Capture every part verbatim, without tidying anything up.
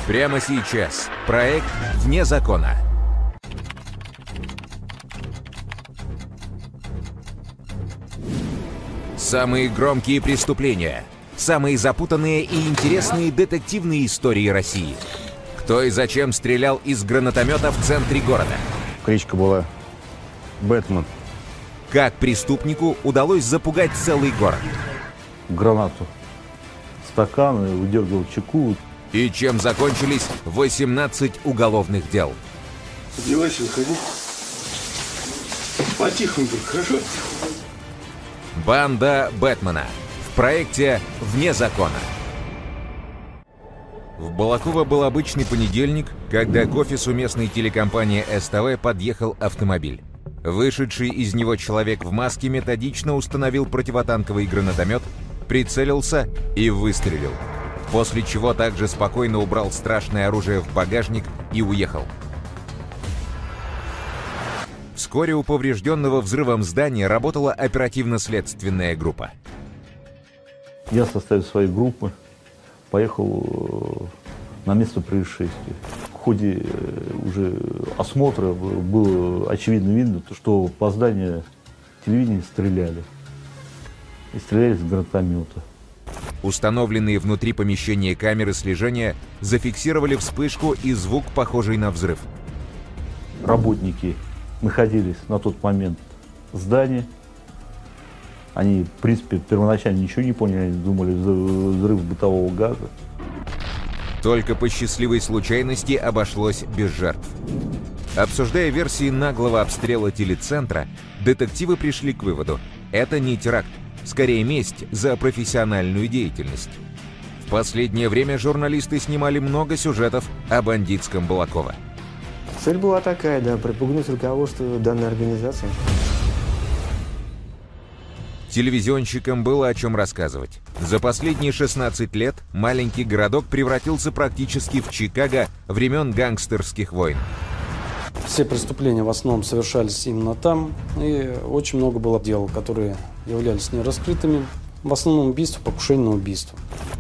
Прямо сейчас. Проект «Вне закона». Самые громкие преступления. Самые запутанные и интересные детективные истории России. Кто и зачем стрелял из гранатомета в центре города? Кличка была Бэтмен. Как преступнику удалось запугать целый город? Гранату. Стаканы, выдергивал чеку. И чем закончились восемнадцать уголовных дел? Одевайся, выходи. По-тихому только, хорошо? Банда Бэтмена. В проекте «Вне закона». В Балаково был обычный понедельник, когда к офису местной телекомпании эс тэ вэ подъехал автомобиль. Вышедший из него человек в маске методично установил противотанковый гранатомет, прицелился и выстрелил. После чего также спокойно убрал страшное оружие в багажник и уехал. Вскоре у поврежденного взрывом здания работала оперативно-следственная группа. Я в составе своей группы поехал на место происшествия. В ходе уже осмотра было очевидно видно, что по зданию телевидения стреляли. И стреляли из гранатомета. Установленные внутри помещения камеры слежения зафиксировали вспышку и звук, похожий на взрыв. Работники находились на тот момент в здании. Они, в принципе, первоначально ничего не поняли, они думали, взрыв бытового газа. Только по счастливой случайности обошлось без жертв. Обсуждая версии наглого обстрела телецентра, детективы пришли к выводу – это не теракт, скорее месть за профессиональную деятельность. В последнее время журналисты снимали много сюжетов о бандитском Балаково. Цель была такая, да, припугнуть руководство данной организации. Телевизионщикам было о чем рассказывать. За последние шестнадцать лет маленький городок превратился практически в Чикаго времен гангстерских войн. Все преступления в основном совершались именно там, и очень много было дел, которые являлись нераскрытыми. В основном убийство, покушение на убийство.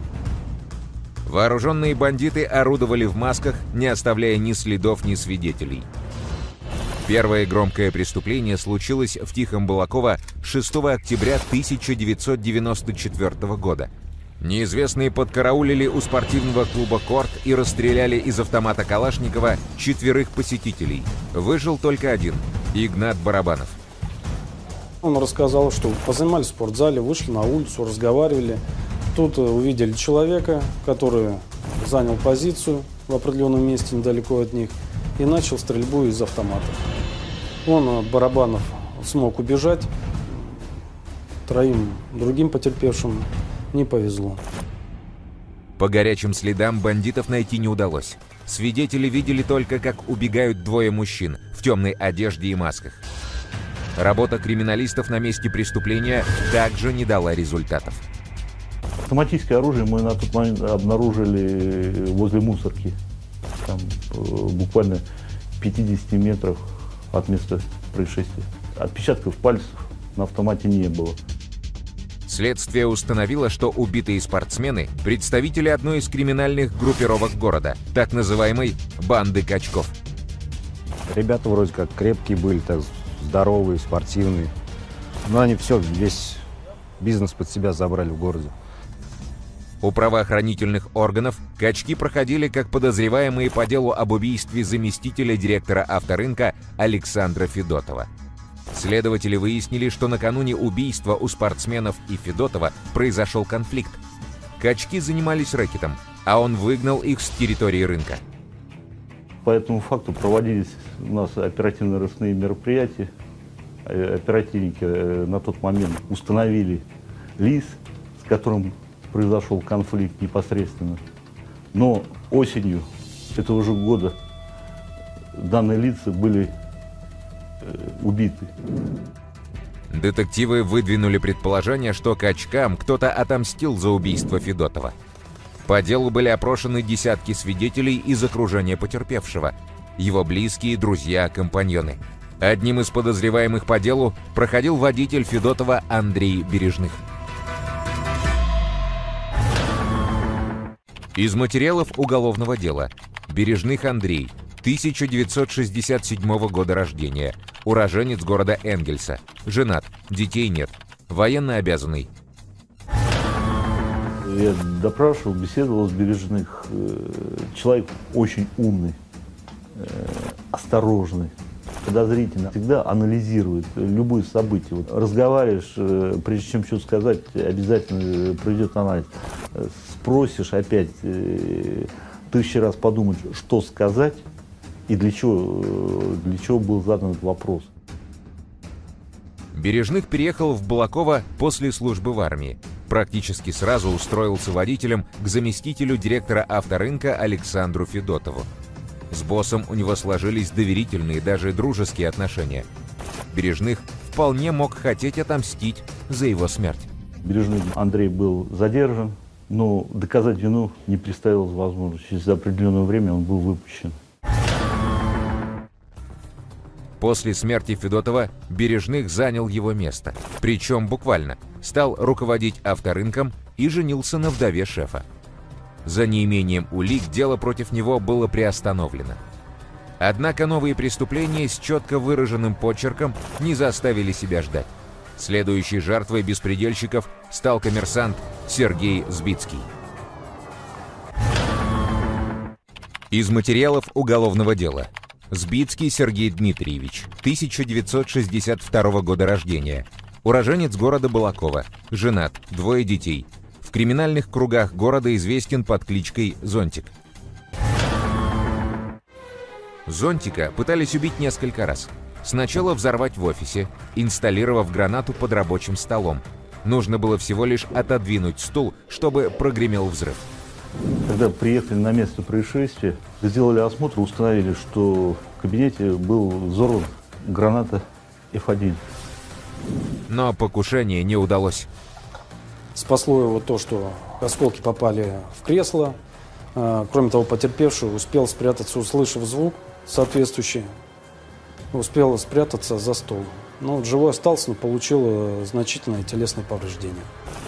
Вооруженные бандиты орудовали в масках, не оставляя ни следов, ни свидетелей. Первое громкое преступление случилось в Тихом Балаково шестого октября тысяча девятьсот девяносто четвёртого года. Неизвестные подкараулили у спортивного клуба «Корт» и расстреляли из автомата Калашникова четверых посетителей. Выжил только один – Игнат Барабанов. Он рассказал, что позанимались в спортзале, вышли на улицу, разговаривали. Тут увидели человека, который занял позицию в определенном месте недалеко от них и начал стрельбу из автомата. Он, Барабанов, смог убежать. Троим другим потерпевшим не повезло. По горячим следам бандитов найти не удалось. Свидетели видели только, как убегают двое мужчин в темной одежде и масках. Работа криминалистов на месте преступления также не дала результатов. Автоматическое оружие мы на тот момент обнаружили возле мусорки. Там, буквально в пятидесяти метрах от места происшествия. Отпечатков пальцев на автомате не было. Следствие установило, что убитые спортсмены – представители одной из криминальных группировок города, так называемой «банды качков». Ребята вроде как крепкие были, так здоровые, спортивные. Но они все, весь бизнес под себя забрали в городе. У правоохранительных органов качки проходили как подозреваемые по делу об убийстве заместителя директора авторынка Александра Федотова. Следователи выяснили, что накануне убийства у спортсменов и Федотова произошел конфликт. Качки занимались рэкетом, а он выгнал их с территории рынка. По этому факту проводились у нас оперативно-розыскные мероприятия. Оперативники на тот момент установили лиц, с которым произошел конфликт непосредственно. Но осенью этого же года данные лица были э, убиты. Детективы выдвинули предположение, что качкам кто-то отомстил за убийство Федотова. По делу были опрошены десятки свидетелей из окружения потерпевшего, его близкие, друзья, компаньоны. Одним из подозреваемых по делу проходил водитель Федотова Андрей Бережных. Из материалов уголовного дела. Бережных Андрей, тысяча девятьсот шестьдесят седьмого года рождения, уроженец города Энгельса, женат, детей нет, военно обязанный. Я допрашивал, беседовал с Бережных. Человек очень умный, осторожный, подозрительно. Всегда анализирует любые события. Вот разговариваешь, прежде чем что сказать, обязательно пройдет анализ. Спросишь опять, тысячу раз подумать, что сказать и для чего, для чего был задан этот вопрос. Бережных переехал в Балаково после службы в армии. Практически сразу устроился водителем к заместителю директора авторынка Александру Федотову. С боссом у него сложились доверительные, даже дружеские отношения. Бережных вполне мог хотеть отомстить за его смерть. Бережных Андрей был задержан, но доказать вину не представилось возможности. Через определенное время он был выпущен. После смерти Федотова Бережных занял его место. Причем буквально. Стал руководить авторынком и женился на вдове шефа. За неимением улик дело против него было приостановлено. Однако новые преступления с четко выраженным почерком не заставили себя ждать. Следующей жертвой беспредельщиков стал коммерсант Сергей Сбицкий. Из материалов уголовного дела. Сбицкий Сергей Дмитриевич, тысяча девятьсот шестьдесят второго года рождения, уроженец города Балаково, женат, двое детей. В криминальных кругах города известен под кличкой Зонтик. Зонтика пытались убить несколько раз. Сначала взорвать в офисе, инсталлировав гранату под рабочим столом. Нужно было всего лишь отодвинуть стул, чтобы прогремел взрыв. Когда приехали на место происшествия, сделали осмотр, установили, что в кабинете был взорван граната эф один. Но покушение не удалось. Спасло его то, что осколки попали в кресло. Кроме того, потерпевший успел спрятаться, услышав звук соответствующий, успел спрятаться за стол. Но живой остался, но получил значительное телесное повреждение.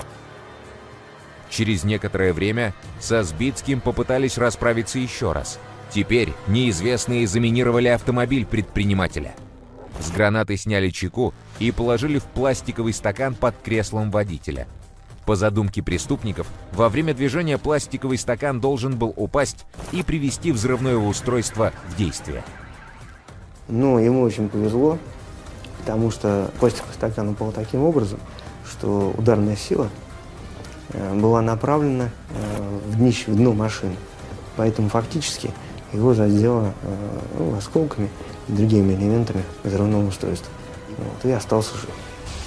Через некоторое время со Сбицким попытались расправиться еще раз. Теперь неизвестные заминировали автомобиль предпринимателя. С гранаты сняли чеку и положили в пластиковый стакан под креслом водителя. По задумке преступников, во время движения пластиковый стакан должен был упасть и привести взрывное устройство в действие. Ну, ему очень повезло, потому что пластиковый стакан упал таким образом, что ударная сила была направлена в днище, в дно машины. Поэтому фактически его задело ну, осколками и другими элементами взрывного устройства. Вот, и остался жив.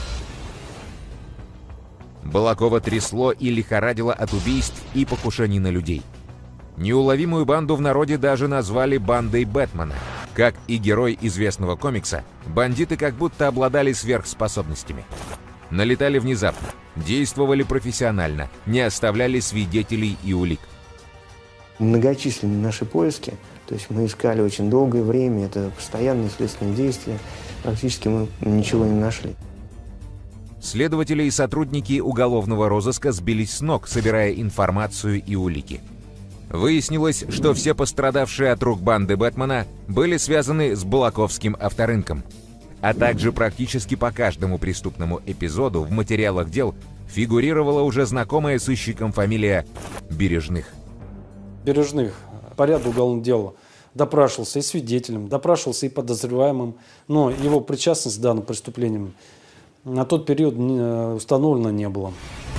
Балаково трясло и лихорадило от убийств и покушений на людей. Неуловимую банду в народе даже назвали бандой Бэтмена. Как и герой известного комикса, бандиты как будто обладали сверхспособностями. Налетали внезапно, действовали профессионально, не оставляли свидетелей и улик. Многочисленные наши поиски, то есть мы искали очень долгое время, это постоянные следственные действия, практически мы ничего не нашли. Следователи и сотрудники уголовного розыска сбились с ног, собирая информацию и улики. Выяснилось, что все пострадавшие от рук банды Бэтмена были связаны с Балаковским авторынком. А также практически по каждому преступному эпизоду в материалах дел фигурировала уже знакомая сыщикам фамилия Бережных. Бережных по ряду уголовных дел допрашивался и свидетелем, допрашивался и подозреваемым, но его причастность к данным преступлениям на тот период установлено не было.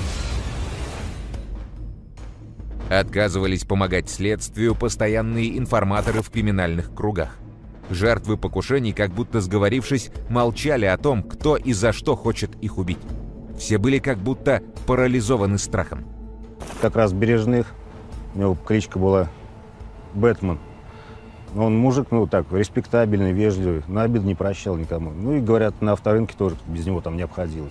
Отказывались помогать следствию постоянные информаторы в криминальных кругах. Жертвы покушений, как будто сговорившись, молчали о том, кто и за что хочет их убить. Все были как будто парализованы страхом. Как раз Бережных, у него кличка была Бэтмен. Он мужик, ну так, респектабельный, вежливый, на обид не прощал никому. Ну и, говорят, на авторынке тоже без него там не обходилось.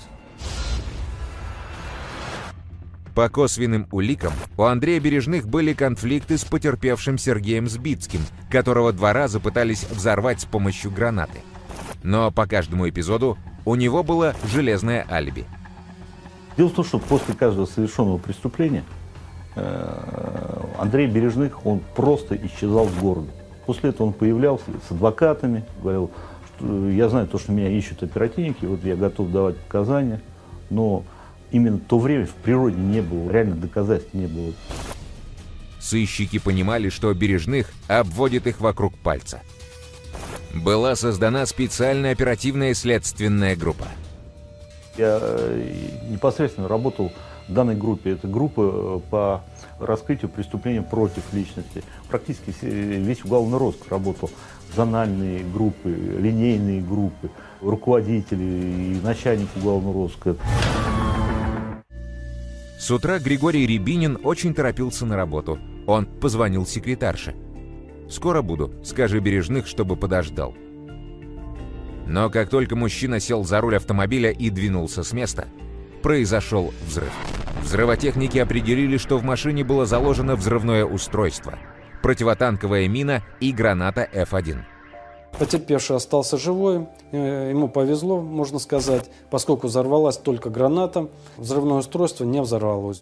По косвенным уликам у Андрея Бережных были конфликты с потерпевшим Сергеем Сбицким, которого два раза пытались взорвать с помощью гранаты. Но по каждому эпизоду у него было железное алиби. Дело в том, что после каждого совершенного преступления Андрей Бережных, он просто исчезал с города. После этого он появлялся с адвокатами, говорил, что я знаю то, что меня ищут оперативники, вот я готов давать показания, но именно в то время в природе не было, реальных доказательств не было. Сыщики понимали, что Бережных обводит их вокруг пальца. Была создана специальная оперативная следственная группа. Я непосредственно работал в данной группе. Это группа по раскрытию преступлений против личности. Практически весь уголовный розыск работал. Зональные группы, линейные группы, руководители и начальник уголовного розыска. С утра Григорий Рябинин очень торопился на работу. Он позвонил секретарше. «Скоро буду, скажи Бережных, чтобы подождал». Но как только мужчина сел за руль автомобиля и двинулся с места, произошел взрыв. Взрывотехники определили, что в машине было заложено взрывное устройство, противотанковая мина и граната эф один. Потерпевший остался живой, ему повезло, можно сказать, поскольку взорвалась только граната, взрывное устройство не взорвалось.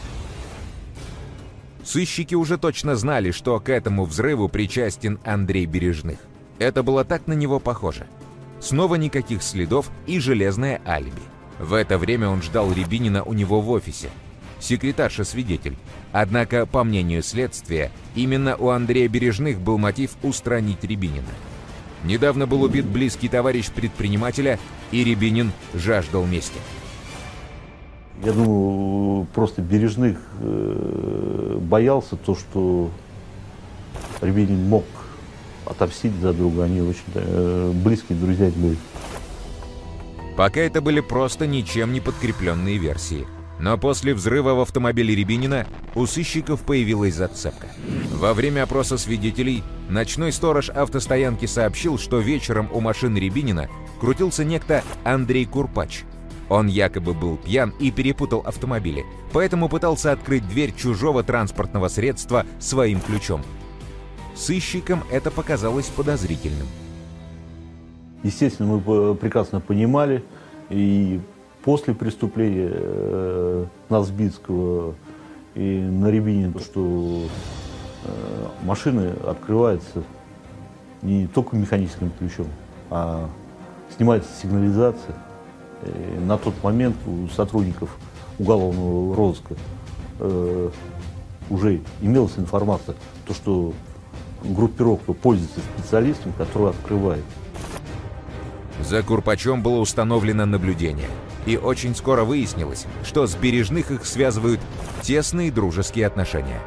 Сыщики уже точно знали, что к этому взрыву причастен Андрей Бережных. Это было так на него похоже. Снова никаких следов и железное алиби. В это время он ждал Рябинина у него в офисе. Секретарша свидетель. Однако, по мнению следствия, именно у Андрея Бережных был мотив устранить Рябинина. Недавно был убит близкий товарищ предпринимателя, и Рябинин жаждал мести. Я думаю, просто Бережных э, боялся то, что Рябинин мог отомстить за друга. Они очень э, близкие друзья были. Пока это были просто ничем не подкрепленные версии. Но после взрыва в автомобиле Рябинина у сыщиков появилась зацепка. Во время опроса свидетелей ночной сторож автостоянки сообщил, что вечером у машины Рябинина крутился некто Андрей Курпач. Он якобы был пьян и перепутал автомобили, поэтому пытался открыть дверь чужого транспортного средства своим ключом. Сыщикам это показалось подозрительным. Естественно, мы прекрасно понимали, и после преступления э, Назбитского и на Рябинина, что э, машина открывается не только механическим ключом, а снимается сигнализация. И на тот момент у сотрудников уголовного розыска э, уже имелась информация, то, что группировка пользуется специалистом, который открывает. За Курпачом было установлено наблюдение. И очень скоро выяснилось, что с Бережных их связывают тесные дружеские отношения.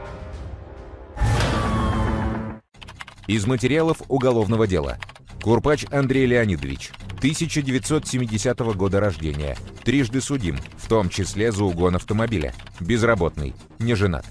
Из материалов уголовного дела. Курпач Андрей Леонидович, тысяча девятьсот семидесятого года рождения, трижды судим, в том числе за угон автомобиля, безработный, не женат.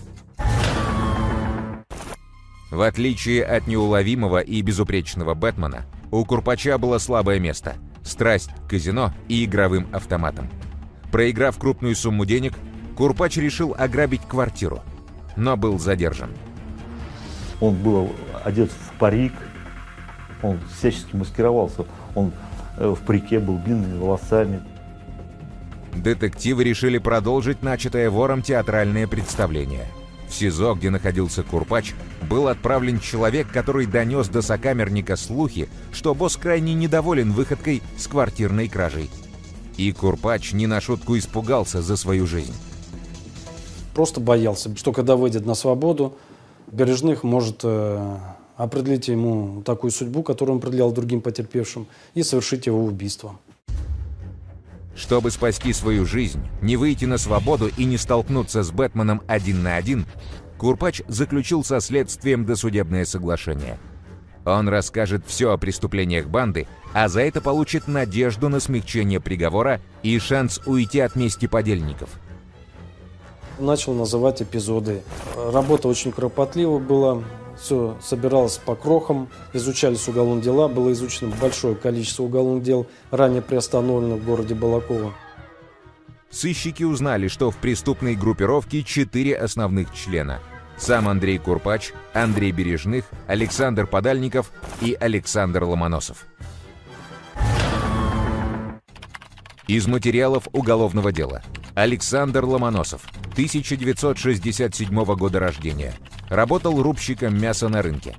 В отличие от неуловимого и безупречного Бэтмена, у Курпача было слабое место – страсть к казино и игровым автоматам. Проиграв крупную сумму денег, Курпач решил ограбить квартиру, но был задержан. Он был одет в парик, он всячески маскировался, он в парике был, длинными волосами. Детективы решили продолжить начатое вором театральное представление. В СИЗО, где находился Курпач, был отправлен человек, который донес до сокамерника слухи, что босс крайне недоволен выходкой с квартирной кражей. И Курпач не на шутку испугался за свою жизнь. Просто боялся, что когда выйдет на свободу, Бережных может э, определить ему такую судьбу, которую он определял другим потерпевшим, и совершить его убийство. Чтобы спасти свою жизнь, не выйти на свободу и не столкнуться с Бэтменом один на один, Курпач заключил со следствием досудебное соглашение. Он расскажет все о преступлениях банды, а за это получит надежду на смягчение приговора и шанс уйти от мести подельников. Начал называть эпизоды. Работа очень кропотлива была. Все собиралось по крохам, изучались уголовные дела, было изучено большое количество уголовных дел, ранее приостановленных в городе Балаково. Сыщики узнали, что в преступной группировке четыре основных члена. Сам Андрей Курпач, Андрей Бережных, Александр Подальников и Александр Ломоносов. Из материалов уголовного дела. Александр Ломоносов, тысяча девятьсот шестьдесят седьмого года рождения. Работал рубщиком мяса на рынке.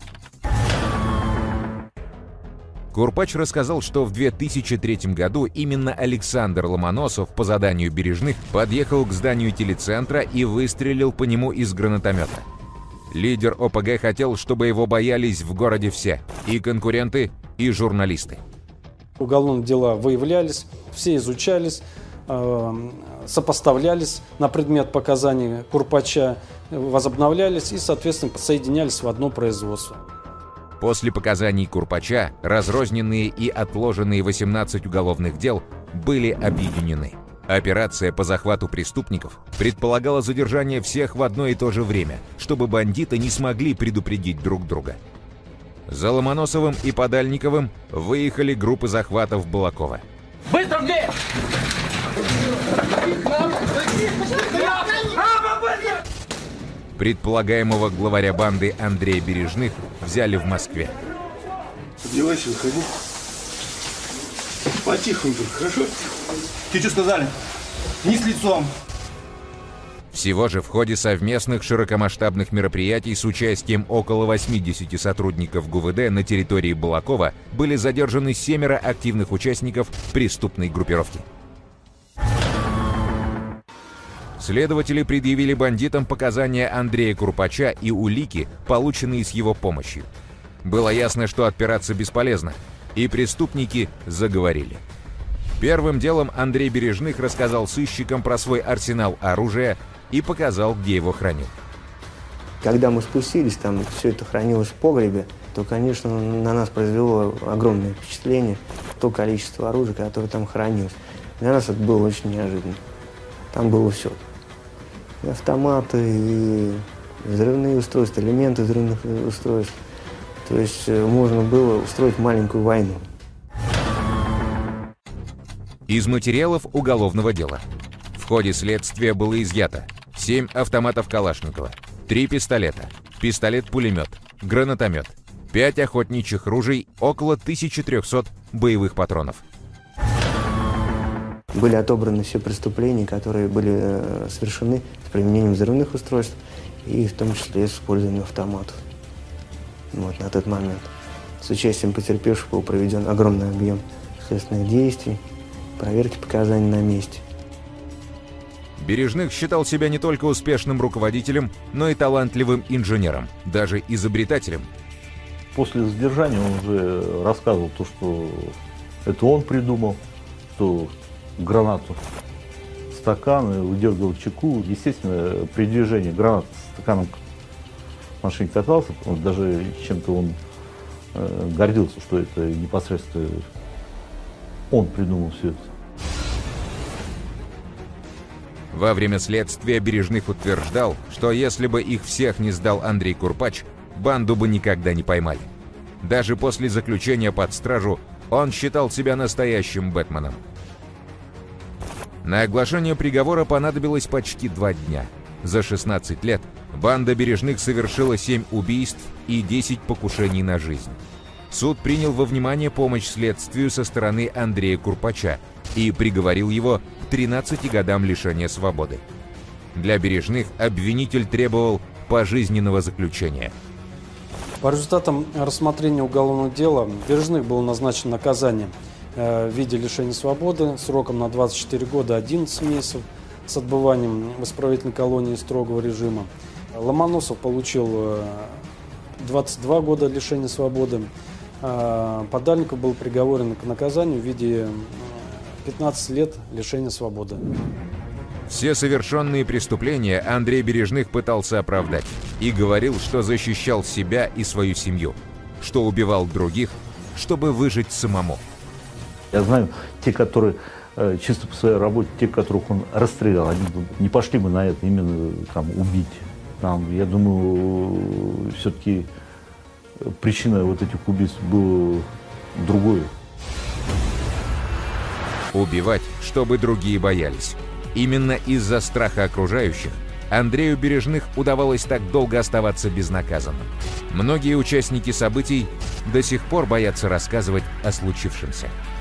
Курпач рассказал, что в две тысячи третьем году именно Александр Ломоносов по заданию Бережных подъехал к зданию телецентра и выстрелил по нему из гранатомета. Лидер О Пэ Гэ хотел, чтобы его боялись в городе все – и конкуренты, и журналисты. Уголовные дела выявлялись, все изучались, э, сопоставлялись на предмет показаний Курпача, возобновлялись и, соответственно, соединялись в одно производство. После показаний Курпача разрозненные и отложенные восемнадцать уголовных дел были объединены. Операция по захвату преступников предполагала задержание всех в одно и то же время, чтобы бандиты не смогли предупредить друг друга. За Ломоносовым и Подальниковым выехали группы захвата в Балаково. Быстро в дверь! Предполагаемого главаря банды Андрея Бережных взяли в Москве. Одевайся, выходи. Потихоньку, хорошо? Тебе что сказали? Не с лицом. Всего же в ходе совместных широкомасштабных мероприятий с участием около восьмидесяти сотрудников Гэ У В Дэ на территории Балакова были задержаны семеро активных участников преступной группировки. Следователи предъявили бандитам показания Андрея Курпача и улики, полученные с его помощью. Было ясно, что отпираться бесполезно, и преступники заговорили. Первым делом Андрей Бережных рассказал сыщикам про свой арсенал оружия и показал, где его хранил. Когда мы спустились, там все это хранилось в погребе, то, конечно, на нас произвело огромное впечатление то количество оружия, которое там хранилось. Для нас это было очень неожиданно. Там было все. И автоматы, и взрывные устройства, элементы взрывных устройств. То есть можно было устроить маленькую войну. Из материалов уголовного дела. В ходе следствия было изъято семь автоматов Калашникова, три пистолета, пистолет-пулемет, гранатомет, пять охотничьих ружей, около тысячи трёхсот боевых патронов. Были отобраны все преступления, которые были э, совершены с применением взрывных устройств и в том числе с использованием автоматов. Вот, на тот момент. С участием потерпевших был проведен огромный объем следственных действий, проверки показаний на месте. Бережных считал себя не только успешным руководителем, но и талантливым инженером, даже изобретателем. После задержания он уже рассказывал то, что это он придумал, что гранату в стакан выдергивал чеку. Естественно, при движении гранат с стаканом в машине катался, он даже чем-то он э, гордился, что это непосредственно он придумал все это. Во время следствия Бережных утверждал, что если бы их всех не сдал Андрей Курпач, банду бы никогда не поймали. Даже после заключения под стражу он считал себя настоящим Бэтменом. На оглашение приговора понадобилось почти два дня. За шестнадцать лет банда Бережных совершила семь убийств и десять покушений на жизнь. Суд принял во внимание помощь следствию со стороны Андрея Курпача и приговорил его к тринадцати годам лишения свободы. Для Бережных обвинитель требовал пожизненного заключения. По результатам рассмотрения уголовного дела Бережных было назначено наказание в виде лишения свободы сроком на двадцать четыре года одиннадцать месяцев с отбыванием в исправительной колонии строгого режима. Ломоносов получил двадцать два года лишения свободы. Подальников был приговорен к наказанию в виде пятнадцати лет лишения свободы. Все совершенные преступления Андрей Бережных пытался оправдать и говорил, что защищал себя и свою семью, что убивал других, чтобы выжить самому. Я знаю, те, которые э, чисто по своей работе, те, которых он расстрелял, они не пошли бы на это именно там, убить. Там, я думаю, все-таки причина вот этих убийств была другой. Убивать, чтобы другие боялись. Именно из-за страха окружающих Андрею Бережных удавалось так долго оставаться безнаказанным. Многие участники событий до сих пор боятся рассказывать о случившемся.